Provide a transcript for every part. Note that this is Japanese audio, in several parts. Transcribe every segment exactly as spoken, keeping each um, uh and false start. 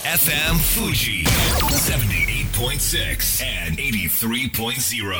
エフエム Fuji seventy-eight point six and eighty-three point zero。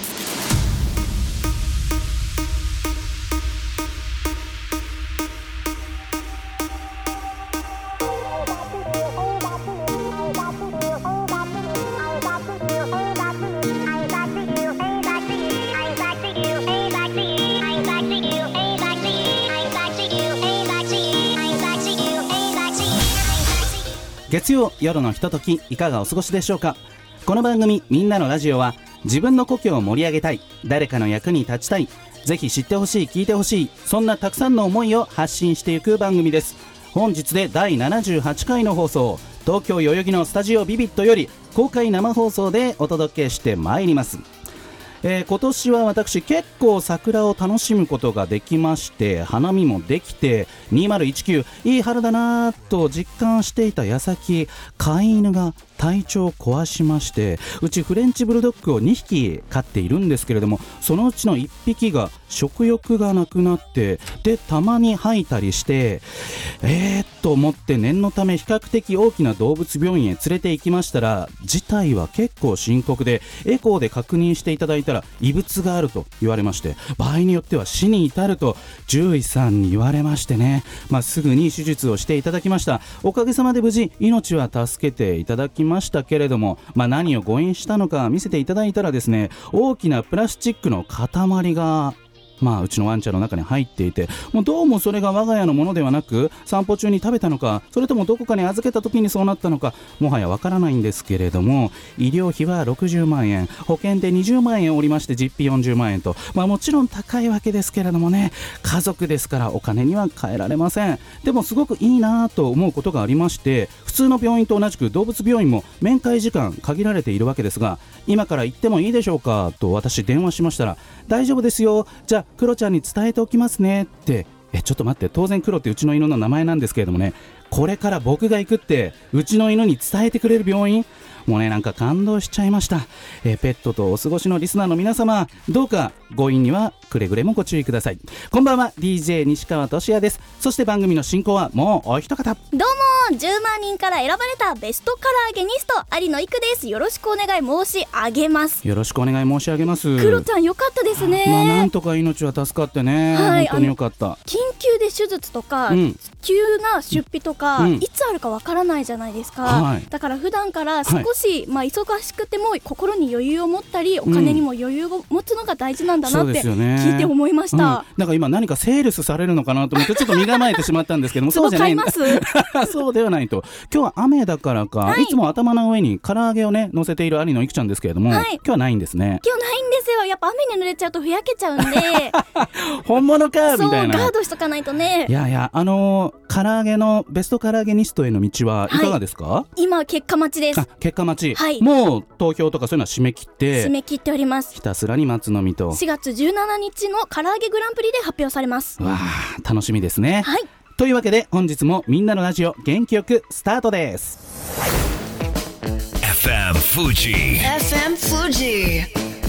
月曜夜のひとときいかがお過ごしでしょうか。この番組みんなのラジオは自分の故郷を盛り上げたい、誰かの役に立ちたい、ぜひ知ってほしい、聞いてほしい、そんなたくさんの思いを発信していく番組です。本日でだいななじゅうはちかいの放送、東京代々木のスタジオビビットより公開生放送でお届けしてまいります。えー、今年は私結構桜を楽しむことができまして、花見もできてにせんじゅうきゅういい春だなと実感していた矢先、飼い犬が体調を壊しまして、うちフレンチブルドッグをにひき飼っているんですけれども、そのうちのいっぴきが食欲がなくなって、でたまに吐いたりして、えーっと思って念のため比較的大きな動物病院へ連れて行きましたら、事態は結構深刻で、エコーで確認していただいたら異物があると言われまして、場合によっては死に至ると獣医さんに言われましてね、まあ、すぐに手術をしていただきました。おかげさまで無事命は助けていただきましたけれども、まあ、何を誤飲したのか見せていただいたらですね、大きなプラスチックの塊がまあ、うちのワンちゃんの中に入っていて、もうどうもそれが我が家のものではなく、散歩中に食べたのか、それともどこかに預けた時にそうなったのか、もはやわからないんですけれども、医療費はろくじゅうまんえん、保険でにじゅうまんえんおりまして、実費よんじゅうまんえんと、まあ、もちろん高いわけですけれどもね、家族ですからお金には換えられません。でもすごくいいなと思うことがありまして、普通の病院と同じく動物病院も面会時間限られているわけですが、今から行ってもいいでしょうかと私電話しましたら、大丈夫ですよ、じゃあクロちゃんに伝えておきますねって。えちょっと待って、当然クロってうちの犬の名前なんですけれどもね、これから僕が行くってうちの犬に伝えてくれる病院、もうねなんか感動しちゃいました。えペットとお過ごしのリスナーの皆様、どうかご飲にはくれぐれもご注意ください。こんばんは、 ディージェー 西川俊也です。そして番組の進行はもうお一方、 どうもじゅうまんにんから選ばれたベストカラーゲニスト有野育です。よろしくお願い申し上げます。 よろしくお願い申し上げます。 クロちゃんよかったですね。 まあなんとか命は助かってね、はい、本当によかった。 緊急で手術とか、うん、急な出費とか、うん、いつあるかわからないじゃないですか、はい、だから普段から少し、はい、まあ、忙しくても心に余裕を持ったり、お金にも余裕を持つのが大事なんだなって聞いて思いました、うん、だから今何かセールスされるのかなと思ってちょっと身構えてしまったんですけどもそうじゃないそうではないと。今日は雨だからか、はい、いつも頭の上に唐揚げをね乗せている有野いくちゃんですけれども、はい、今日はないんですね。 今日ないんですよ。やっぱ雨に濡れちゃうとふやけちゃうんで本物かみたいな、 そうガードしとかないとね。 いやいや、あのー、唐揚げのベスト唐揚げニストへの道はいかがですか？はい、 今結果待ちです。 あ、結果待ち、 はい、 もう投票とかそういうのは締め切って締め切っております。 ひたすらに待つのみと。 しがつじゅうしちにちの唐揚げグランプリで発表されます。 わー楽しみですね。 はい、 というわけで本日もみんなのラジオ元気よくスタートです。 エフエム Fuji エフエム Fuji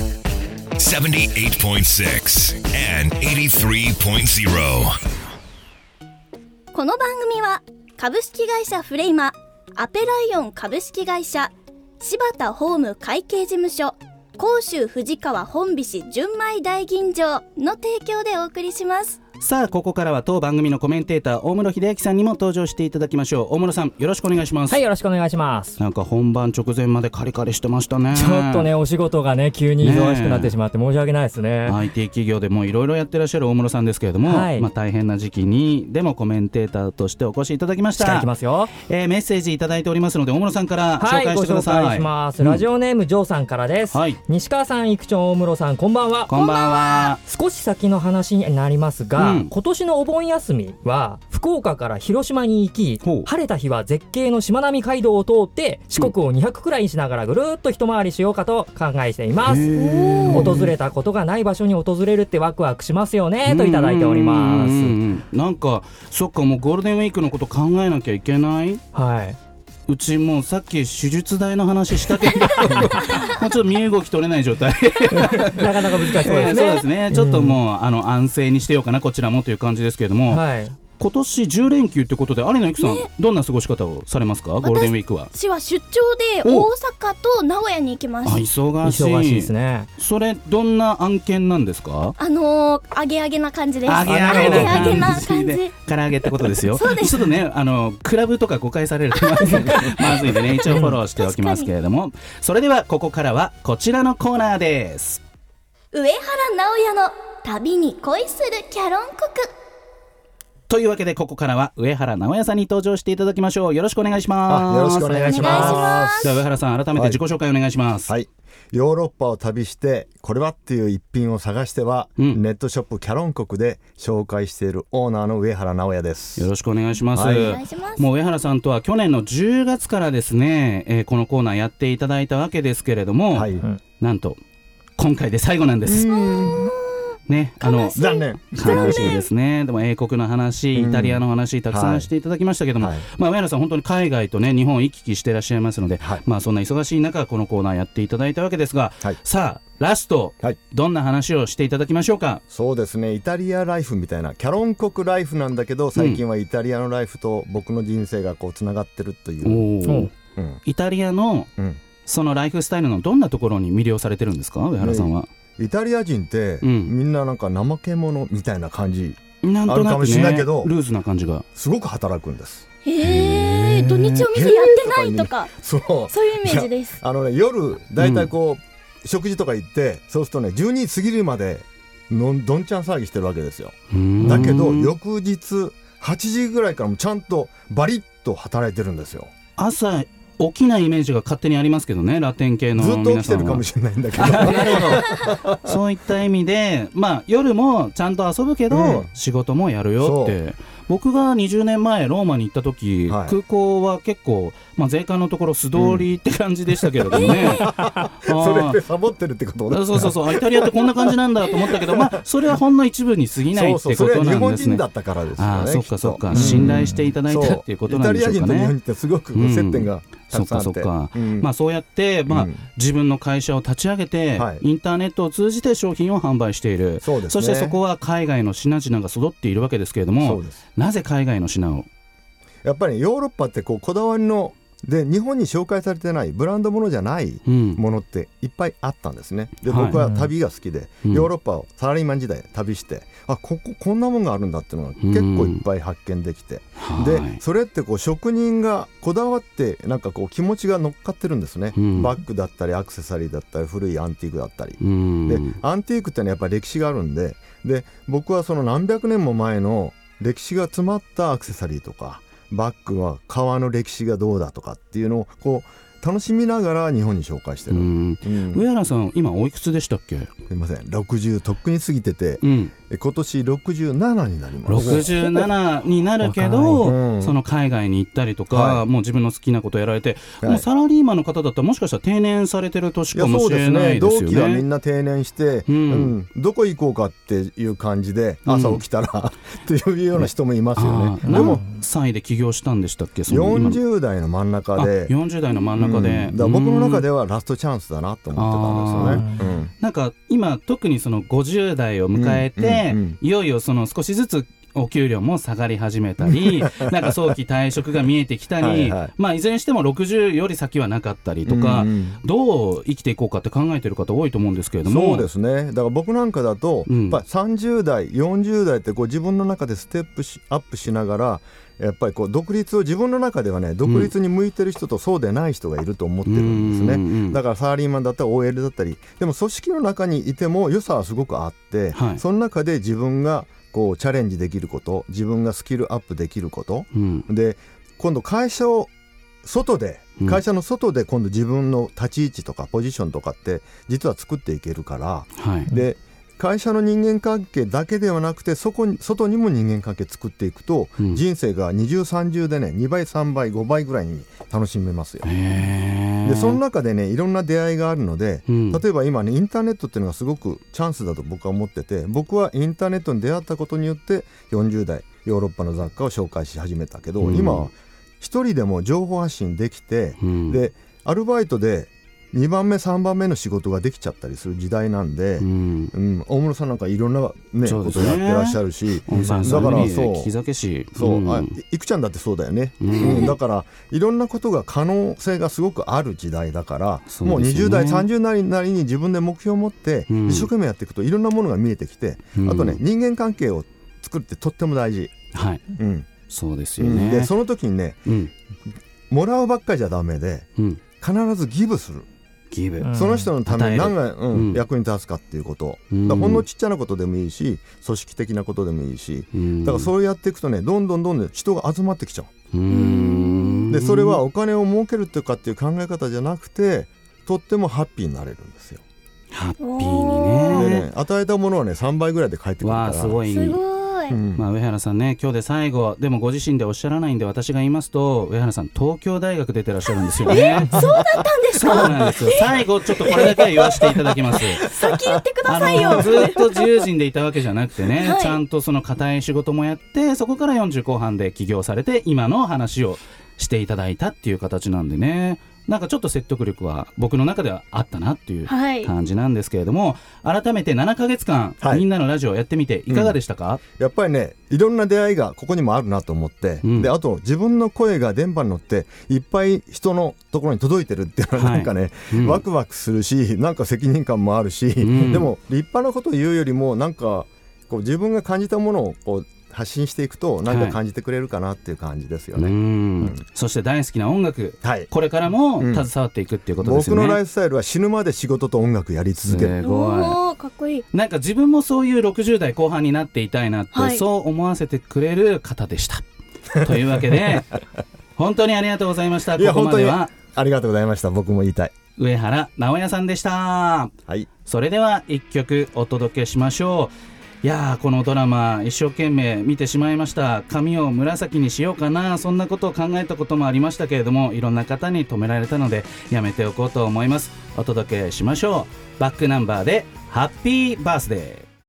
seventy-eight point six and eighty-three point zero。 この番組は株式会社フレイマ、アペライオン株式会社、柴田法務会計事務所、甲州藤川本菱純米大吟醸の提供でお送りします。 さあここからは当番組のコメンテーター大室秀明さんにも登場していただきましょう。大室さんよろしくお願いします。 はい、よろしくお願いします。 なんか本番直前までカリカリしてましたね。 ちょっとねお仕事がね急に忙しくなってしまって申し訳ないですね。 アイティー 企業でもいろいろやってらっしゃる大室さんですけれども、はい、まあ、大変な時期にでもコメンテーターとしてお越しいただきました。 しっかりいきますよ。 えー、メッセージいただいておりますので大室さんから紹介してください。 はい、ご紹介します、うん、ラジオネームジョーさんからです、はい、西川さん、いくちょん、大室さん、こんばんは。 こんばんは。 少し先の話になりますが、うん、今年のお盆休みは福岡から広島に行き、晴れた日は絶景のしまなみ海道を通って四国をにひゃくくらいにしながらぐるっと一回りしようかと考えています。訪れたことがない場所に訪れるってワクワクしますよねといただいております。 うんうんうん、なんかそっか、もうゴールデンウィークのこと考えなきゃいけない。 はい、 うちもうさっき手術代の話したけどもうちょっと身動き取れない状態なかなか難しいですね、 えー、そうですね、ちょっともう、うん、あの安静にしてようかなこちらもという感じですけれども、 はい、 今年じゅう連休ってことで有野由紀さん、ね、どんな過ごし方をされますか？ゴールデンウィークは。 私は出張で大阪と名古屋に行きます。 あ、忙しい。 忙しいですね。 それどんな案件なんですか？ あのー、揚げ揚げな感じです。 揚げ揚げな感じで唐揚げってことですよ。 そうです。 ちょっとね、あのクラブとか誤解されるとまずいまずいんでね、一応フォローしておきますけれどもそれではここからはこちらのコーナーです。 上原直也の旅に恋するキャロン国。 というわけでここからは上原直也さんに登場していただきましょう。よろしくお願いします。 よろしくお願いします。 では上原さん、改めて自己紹介お願いします。 はい、はい、ヨーロッパを旅してこれはっていう一品を探しては、うん、ネットショップキャロン国で紹介しているオーナーの上原直也です。 よろしくお願いします。 はい、 もう上原さんとは去年のじゅうがつからですね、えー、このコーナーやっていただいたわけですけれども、はい、なんと今回で最後なんです。ね、あの残念悲しいですね。でも英国の話、イタリアの話たくさんしていただきましたけども、はい、まあ、上原さん本当に海外とね日本を行き来していらっしゃいますので、はい、まあそんな忙しい中このコーナーやっていただいたわけですが、はい、さあラスト、はい、どんな話をしていただきましょうか？ そうですね、イタリアライフみたいなキャロン国ライフなんだけど、最近はイタリアのライフと僕の人生がこうつながってるという、 うんうん、イタリアの、うん、そのライフスタイルのどんなところに魅了されてるんですか、上原さんは？ イタリア人って、うん、みんななんか怠け者みたいな感じなんとなく、ね、 あるかもしれないけどルーズな感じがすごく働くんです。 へー、土日お店やってないとか、そうそういうイメージです。 あの、ね、夜だいたいこう、うん、食事とか行ってそうするとねじゅうにじ過ぎるまでのどんちゃん騒ぎしてるわけですよ。だけど翌日はちじぐらいからもちゃんとバリッと働いてるんですよ。 朝起きないイメージが勝手にありますけどね、ラテン系の皆さんは。 ずっと起きてるかもしれないんだけどなるほどそういった意味で、まあ、夜もちゃんと遊ぶけど、うん、仕事もやるよって。僕がにじゅうねんまえローマに行った時、はい、空港は結構、まあ、税関のところ素通りって感じでしたけれどもね、うん、 それってサボってるってことね。 そうそうそう、イタリアってこんな感じなんだと思ったけど、まあ、それはほんの一部に過ぎないってことなんですね。そうそう、それは日本人だったからですよね。 あ、そっかそっか、信頼していただいたっていうことなんでしょうかね。 イタリア人と日本人ってすごく接点がたくさんあって、 そっかそっか、うん、まあ、そうやって、まあ、うん、自分の会社を立ち上げて、はい、インターネットを通じて商品を販売している。 そうですね、そしてそこは海外の品々が育っているわけですけれども、そうです。なぜ海外の品を？ やっぱりヨーロッパってこうこだわりので日本に紹介されてないブランドものじゃないものっていっぱいあったんですね。で、僕は旅が好きで、はい、ヨーロッパをサラリーマン時代旅して、あ、こここんなもんがあるんだっていうのが結構いっぱい発見できて、うん、でそれってこう職人がこだわってなんかこう気持ちが乗っかってるんですね、うん、バッグだったりアクセサリーだったり古いアンティークだったり、うん、でアンティークってのはやっぱり歴史があるんで、で僕はその何百年も前の歴史が詰まったアクセサリーとかバッグは革の歴史がどうだとかっていうのをこう楽しみながら日本に紹介してる。うん、 うん、上原さん今おいくつでしたっけ？ すいません、ろくじゅうとっくに過ぎてて、うん、今年ろくじゅうななになります。 ろくじゅうななになるけど、うん、その海外に行ったりとか、はい、もう自分の好きなことやられて、はい、もうサラリーマンの方だったらもしかしたら定年されてる年かもしれないですよね。 同期はみんな定年して、うんうん、どこ行こうかっていう感じで朝起きたら、うん、っていうような人もいますよね。 でも何歳で起業したんでしたっけ？そのよんじゅう代の真ん中で。 よんじゅう代の真ん中で、 うん、だ僕の中ではラストチャンスだなと思ってたんですよね。うん、 なんか今特にそのごじゅう代を迎えて、うんうんうん、いよいよその少しずつお給料も下がり始めたりなんか早期退職が見えてきたりはい、はい、まあ、いずれにしてもろくじゅうより先はなかったりとか、うんうん、どう生きていこうかって考えてる方多いと思うんですけれども。 そうですね、だから僕なんかだと、うん、やっぱさんじゅう代よんじゅう代ってこう自分の中でステップしアップしながらやっぱりこう独立を自分の中ではね独立に向いてる人とそうでない人がいると思ってるんですね、うんうんうん、だからサラリーマンだったら オーエル だったりでも組織の中にいても良さはすごくあって、はい、その中で自分がこうチャレンジできること、自分がスキルアップできること、うん、で今度会社を外で会社の外で今度自分の立ち位置とかポジションとかって実は作っていけるから、はい、で会社の人間関係だけではなくてそこに外にも人間関係作っていくと、うん、人生がにじゅうさんじゅうでねにばいさんばいごばいぐらいに楽しめますよ。でその中でねいろんな出会いがあるので、うん、例えば今ねインターネットっていうのがすごくチャンスだと僕は思ってて、僕はインターネットに出会ったことによってよんじゅう代ヨーロッパの雑貨を紹介し始めたけど、うん、今は一人でも情報発信できて、うん、でアルバイトでにばんめさんばんめの仕事ができちゃったりする時代なんで、うんうん、大室さんなんかいろんな、ね、ことやってらっしゃるし、 だからそう聞き酒師そう、うん、あいくちゃんだってそうだよね、うんうん、だからいろんなことが可能性がすごくある時代だから、ね、もうにじゅう代さんじゅう代なりに自分で目標を持って一生懸命やっていくといろんなものが見えてきて、うん、あとね人間関係を作るってとっても大事、 はいうん、そうですよね、 うん、でその時にね、うん、もらうばっかりじゃダメで、うん、必ずギブするギブ、 その人のために何が、うんうん、役に立つかっていうこと、うん、だからほんのちっちゃなことでもいいし組織的なことでもいいし、うん、だからそうやっていくとねどんどんどんどん人が集まってきちゃう、うん、でそれはお金を儲けるとかっていう考え方じゃなくてとってもハッピーになれるんですよ。 ハッピーに ね, でね与えたものはねさんばいぐらいで返ってくるからわーすごい、うんまあ、上原さんね今日で最後でもご自身でおっしゃらないんで私が言いますと上原さん東京大学出てらっしゃるんですよね。 えそうだったんですか。 そうなんですよ。最後ちょっとこれだけは言わせていただきます先言ってくださいよ。 ずっと自由人でいたわけじゃなくてね、はい、ちゃんとその固い仕事もやってそこからよんじゅう後半で起業されて今の話をしていただいたっていう形なんでね、なんかちょっと説得力は僕の中ではあったなっていう感じなんですけれども、はい、改めてななかげつかん、はい、みんなのラジオやってみていかがでしたか？ うん、やっぱりねいろんな出会いがここにもあるなと思って、うん、であと自分の声が電波に乗っていっぱい人のところに届いてるっていうのはなんかね、はいうん、ワクワクするしなんか責任感もあるし、うん、でも立派なことを言うよりもなんかこう自分が感じたものをこう発信していくと何か感じてくれるかなっていう感じですよね、はいうん、 そして大好きな音楽、はい、これからも携わっていくっていうことですよね、 うん、僕のライフスタイルは死ぬまで仕事と音楽やり続ける。 すごいかっこいい。 なんか自分もそういうろくじゅう代後半になっていたいなって、はい、そう思わせてくれる方でしたというわけで本当にありがとうございました。ここまではありがとうございました。僕も言いたい上原直也さんでした、はい、それではいっきょくお届けしましょう。いやーこのドラマ一生懸命見てしまいました。髪を紫にしようかなそんなことを考えたこともありましたけれどもいろんな方に止められたのでやめておこうと思います。お届けしましょう。バックナンバーでハッピーバースデー。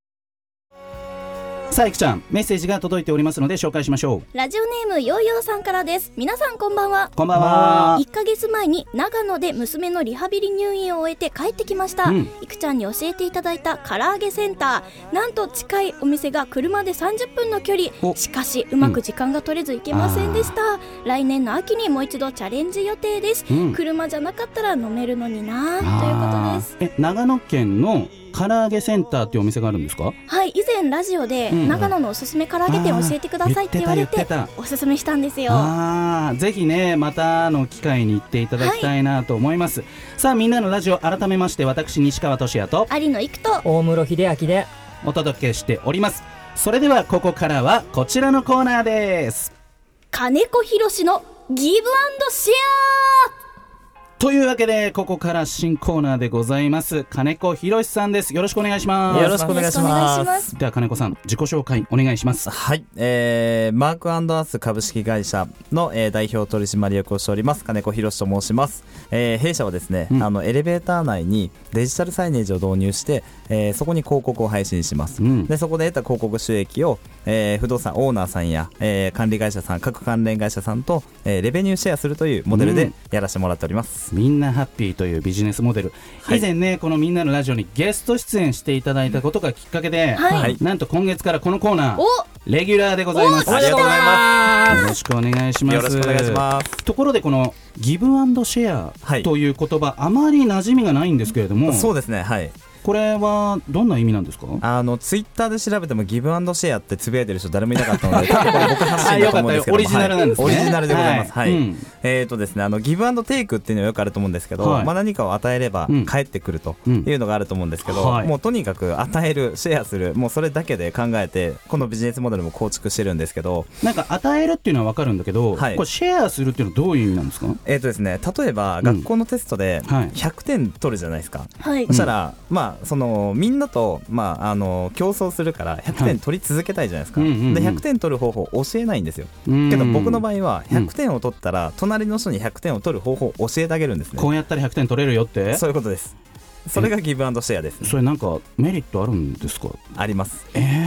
さあいくちゃんメッセージが届いておりますので紹介しましょう。ラジオネームヨーヨーさんからです。皆さんこんばんは。 こんばんは。 いっかげつまえに長野で娘のリハビリ入院を終えて帰ってきました、うん、いくちゃんに教えていただいた唐揚げセンターなんと近いお店が車でさんじゅっぷんの距離。しかしうまく時間が取れず行けませんでした、うん、来年の秋にもう一度チャレンジ予定です、うん、車じゃなかったら飲めるのになということです。 え長野県の唐揚げセンターっていうお店があるんですか？ はい以前ラジオで長野のおすすめ唐揚げ店教えてくださいって言われておすすめしたんですよ。 あぜひねまたの機会に行っていただきたいなと思います、はい、さあみんなのラジオ改めまして私西川俊也と有野育と大室秀明でお届けしております。それではここからはこちらのコーナーです。 金子博のギブアンドシェア。 というわけでここから新コーナーでございます。金子博さんです。よろしくお願いします。 よろしくお願いします。 では金子さん自己紹介お願いします。 はい、えー、マーク&アース株式会社の、えー、代表取締役をしております金子博と申します、えー、弊社はですね、うん、あのエレベーター内にデジタルサイネージを導入して、えー、そこに広告を配信します、うん、でそこで得た広告収益を、えー、不動産オーナーさんや、えー、管理会社さん各関連会社さんと、えー、レベニューシェアするというモデルでやらせてもらっております、 うん、みんなハッピーというビジネスモデル、はい、以前ねこのみんなのラジオにゲスト出演していただいたことがきっかけで、はい、なんと今月からこのコーナーレギュラーでございます。 ありがとうございます。 よろしくお願いします。 よろしくお願いします。 ところでこのギブアンドシェアという言葉、はい、あまり馴染みがないんですけれども。 そうですねはいこれはどんな意味なんですか？ あのツイッターで調べてもギブアンドシェアってつぶやいてる人誰もいなかったので多分これ僕発信だと思うんですけどオリジナルなんですね、 はい、オリジナルでございます、 はいはいうん、えーとですねあのギブアンドテイクっていうのはよくあると思うんですけど、はいまあ、何かを与えれば返ってくるというのがあると思うんですけど、うんはい、もうとにかく与えるシェアするもうそれだけで考えてこのビジネスモデルも構築してるんですけどなんか与えるっていうのは分かるんだけど、はい、これシェアするっていうのはどういう意味なんですか？ えーとですね例えば学校のテストでひゃくてん取るじゃないですか、はい、そしたら、うん、まあそのみんなみんなと、まあ、あの競争するからひゃくてん取り続けたいじゃないですか、はいうんうんうん、でひゃくてん取る方法を教えないんですよ、うんうん、けど僕の場合はひゃくてんを取ったら、うん、隣の人にひゃくてんを取る方法を教えてあげるんですね。 こうやったらひゃくてん取れるよってそういうことです。それがギブアンドシェアです、ね、 それなんかメリットあるんですか？ あります。 えー、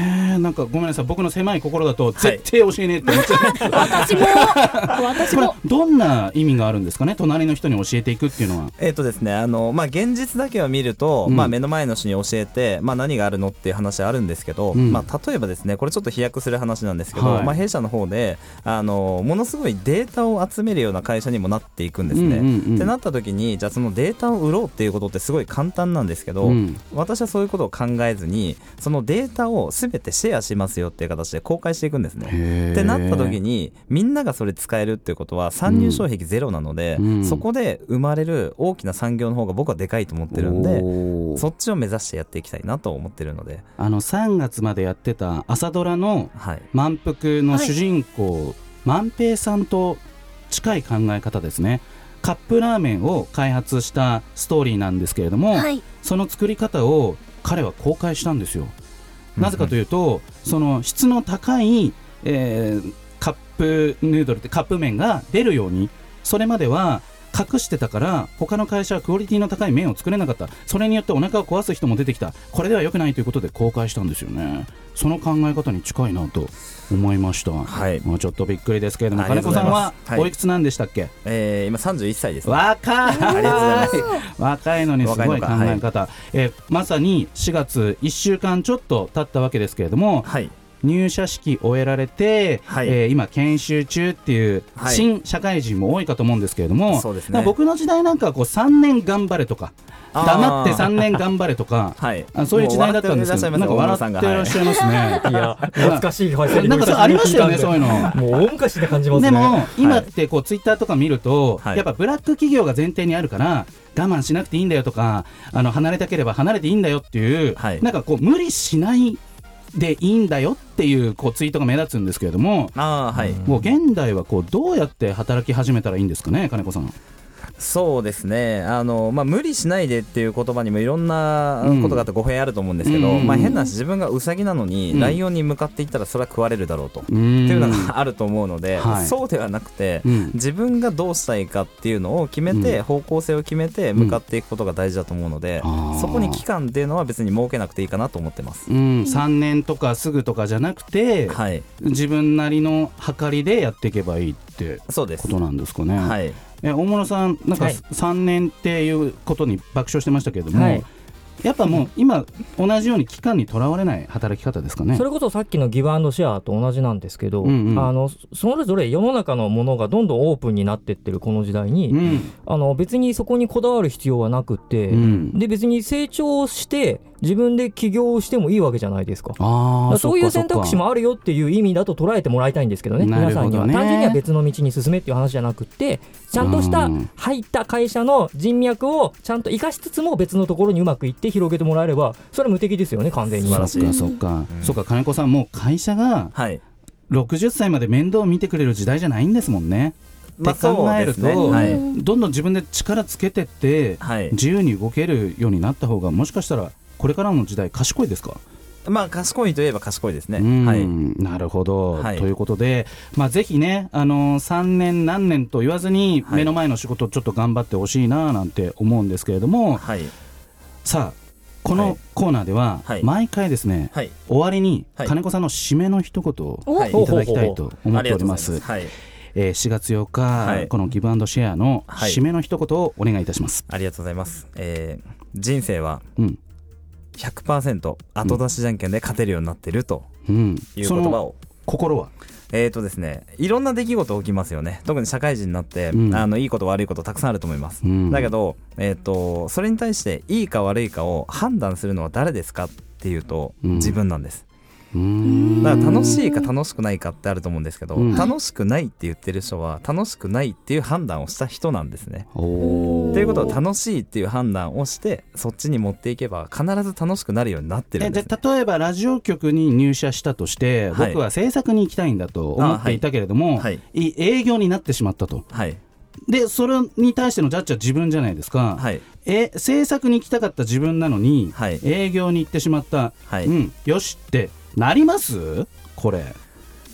なんかごめんなさい、僕の狭い心だと絶対教えねえって思っちゃう、 はい、私も私もこれどんな意味があるんですかね、隣の人に教えていくっていうのは。 えっ、ー、とですねあの、まあ、現実だけを見ると、 うんまあ、目の前の人に教えて、まあ、何があるのっていう話あるんですけど、 うんまあ、例えばですねこれちょっと飛躍する話なんですけど、 はいまあ、弊社の方であのものすごいデータを集めるような会社にもなっていくんですね、 うんうんうんってなった時にじゃあそのデータを売ろうっていうことってすごい簡単なんですけど、 うん私はそういうことを考えずにそのデータを全てシェアしますよっていう形で公開していくんですね。 へーってなった時にみんながそれ使えるっていうことは参入障壁ゼロなので、 うんそこで生まれる大きな産業の方が僕はでかいと思ってるんで、 おーそっちを目指してやっていきたいなと思ってるので、 あのさんがつまでやってた朝ドラのはい、 満腹の主人公、万平さんと近い考え方ですね。カップラーメンを開発したストーリーなんですけれども、 はい、 その作り方を彼は公開したんですよ。なぜかというと、その質の高い、えーカップヌードルってカップ麺が出るように、それまでは隠してたから他の会社はクオリティの高い麺を作れなかった。それによってお腹を壊す人も出てきた。これでは良くないということで公開したんですよね。その考え方に近いなと思いました。 はい、 もうちょっとびっくりですけれども、 ありがとうござい金子さんはますはいおいくつなんでしたっけ？ えー、今さんじゅういっさいですね。 若いありがとうございます若いのにすごい考え若いの方、 かえーまさにしがついっしゅうかんちょっと経ったわけですけれども、 はい入社式終えられて、 はいえー今研修中っていうはい新社会人も多いかと思うんですけれども、 そうですねなんか僕の時代なんかはこうさんねん頑張れとかあー黙ってさんねん頑張れとかはいあそういう時代だったんですけど、なんか笑ってらっしゃいますね。 いや懐かしい配信なんかありましたよね、そういうの。 もう大昔で感じますね。 でも今ってこうツイッターとか見ると、 はいやっぱブラック企業が前提にあるから我慢しなくていいんだよとか、あの離れたければ離れていいんだよっていう、 はいなんかこう無理しないでいいんだよっていうこうツイートが目立つんですけれども、 あーはいもう現代はこうどうやって働き始めたらいいんですかね、金子さん。 そうですねあの、まあ、無理しないでっていう言葉にもいろんなことがあって語弊あると思うんですけど、 うんまあ、変な話自分がウサギなのに、 うんライオンに向かっていったらそれは食われるだろうと、 っっていうのがあると思うので、 はいそうではなくて、 うん自分がどうしたいかっていうのを決めて、 うん方向性を決めて向かっていくことが大事だと思うので、 あーそこに期間っていうのは別に設けなくていいかなと思ってます。 うん、さんねんとかすぐとかじゃなくて、 はい自分なりの計りでやっていけばいいってそうですことなんですかね。 はいえ大室さんなんかはいさんねんっていうことに爆笑してましたけれども、 はいやっぱもう今同じように期間にとらわれない働き方ですかね。 それこそさっきのギブアンドシェアと同じなんですけど、 うんうん、 あのそれぞれ世の中のものがどんどんオープンになってってるこの時代に、 うん、 あの別にそこにこだわる必要はなくて、 うん、 で別に成長して自分で起業してもいいわけじゃないですか。 あーそういう選択肢もあるよっていう意味だと捉えてもらいたいんですけどね、 なるほどね。 皆さんには単純には別の道に進めっていう話じゃなくて、ちゃんとした入った会社の人脈をちゃんと生かしつつも別のところにうまくいって広げてもらえればそれは無敵ですよね、完全に。 素晴らしいそっかそっか、うん、そっか金子さん、もう会社がはいろくじゅっさいまで面倒を見てくれる時代じゃないんですもんね。 まあって考えると、 そうですねはいどんどん自分で力つけてって、 はい自由に動けるようになった方がもしかしたらこれからの時代賢いですか？ まあ賢いといえば賢いですね。 うん、 はいなるほど、 はい、 ということで、まあ、ぜひね、あのー、さんねん何年と言わずに目の前の仕事をちょっと頑張ってほしいななんて思うんですけれども、 はい、 さあこのコーナーでは毎回ですね、 はい、 終わりにはい金子さんの締めの一言をはいいただきたいと思っております。 はい、 えー、しがつようか、 はい、 このギブアンドシェアの締めの一言をお願いいたします。 はい、ありがとうございます。えー、人生は、 うんひゃくパーセント 後出しじゃんけんで勝てるようになってるという言葉を、 うん、心はえーとですね、いろんな出来事起きますよね。特に社会人になって、うん、あのいいこと悪いことたくさんあると思います、うん、だけど、えーと、それに対していいか悪いかを判断するのは誰ですかっていうと、うん、自分なんです。だから楽しいか楽しくないかってあると思うんですけど、うん、楽しくないって言ってる人は楽しくないっていう判断をした人なんですね。ということは楽しいっていう判断をしてそっちに持っていけば必ず楽しくなるようになってるんです、ね、 で例えばラジオ局に入社したとして、はい、僕は制作に行きたいんだと思っていたけれども、はいはい、営業になってしまったと、はい、でそれに対してのジャッジは自分じゃないですか、はい、え制作に行きたかった自分なのに、はい、営業に行ってしまった、はい、うん、よしってなりますこれ。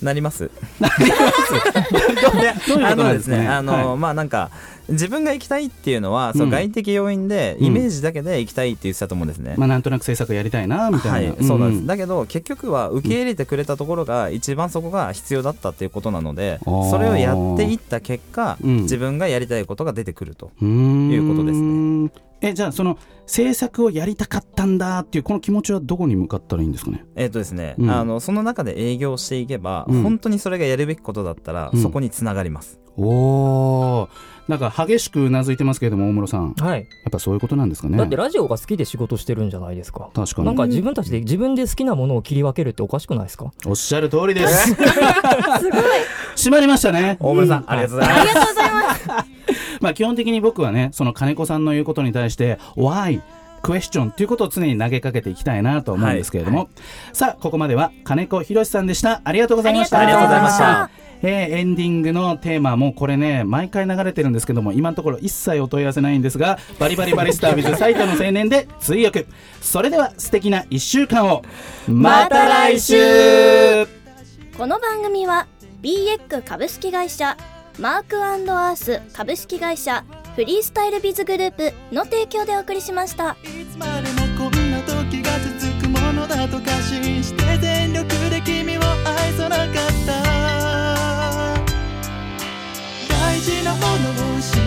なりますなりますどういうことなんですかね。 あのですね、あの、 はい、 まあなんか自分が行きたいっていうのは、その外的要因でイメージだけで行きたいって言ってたと思うんですね、 うん、まあなんとなく制作やりたいなみたいな、 はい、そうなんです、うん、だけど結局は受け入れてくれたところが一番そこが必要だったっていうことなので、それをやっていった結果、うん、自分がやりたいことが出てくるということですね。 えじゃあその制作をやりたかったんだっていうこの気持ちはどこに向かったらいいんですかね。 えっとですね、 うん、 あのその中で営業していけば、うん、本当にそれがやるべきことだったら、うん、そこにつながります。 おー、なんか激しくうなずいてますけれども大室さん、はい、やっぱそういうことなんですかね。 だってラジオが好きで仕事してるんじゃないですか。 確かになんか自分たちで自分で好きなものを切り分けるっておかしくないですか。 おっしゃる通りです。 すごい締まりましたね大室さん、うん、ありがとうございます。 ありがとうございますまあ基本的に僕はねその金子さんの言うことに対して Why?クエスチョンということを常に投げかけていきたいなと思うんですけれども、はいはい、さあここまでは金子博さんでした。ありがとうございました。 ありがとうございました。 えー、エンディングのテーマもこれね毎回流れてるんですけども今のところ一切お問い合わせないんですがバリバリバリスター with 埼玉青年で追憶。それでは素敵ないっしゅうかんをまた来週。 この番組は ビーエック 株式会社マーク&アース株式会社フリースタイルビズグループの提供でお送りしました。 いつまでもこんな時が続くものだと過信して全力で君を愛さなかった。大事なものを失